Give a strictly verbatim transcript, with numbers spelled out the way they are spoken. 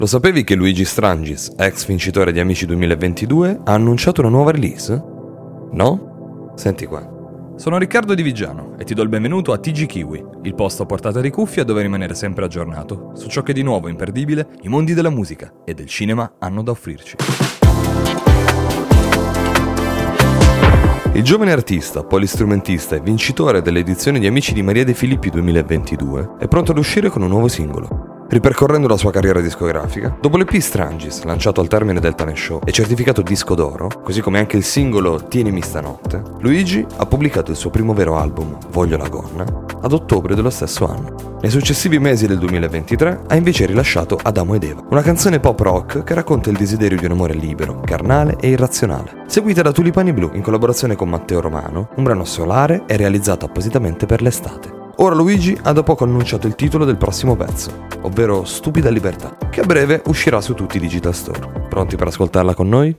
Lo sapevi che Luigi Strangis, ex vincitore di Amici duemilaventidue, ha annunciato una nuova release? No? Senti qua. Sono Riccardo Di Vigiano e ti do il benvenuto a T G Kiwi, il posto a portata di cuffia dove rimanere sempre aggiornato su ciò che di nuovo e imperdibile i mondi della musica e del cinema hanno da offrirci. Il giovane artista, polistrumentista e vincitore delle edizioni di Amici di Maria De Filippi duemilaventidue è pronto ad uscire con un nuovo singolo. Ripercorrendo la sua carriera discografica, dopo l'E P Strangis, lanciato al termine del Talent Show e certificato disco d'oro, così come anche il singolo Tienimi stanotte, Luigi ha pubblicato il suo primo vero album, Voglio la gonna, ad ottobre dello stesso anno. Nei successivi mesi del duemilaventitré ha invece rilasciato Adamo ed Eva, una canzone pop rock che racconta il desiderio di un amore libero, carnale e irrazionale, seguita da Tulipani Blu in collaborazione con Matteo Romano, un brano solare e realizzato appositamente per l'estate. Ora Luigi ha da poco annunciato il titolo del prossimo pezzo, ovvero Stupida Libertà, che a breve uscirà su tutti i digital store. Pronti per ascoltarla con noi?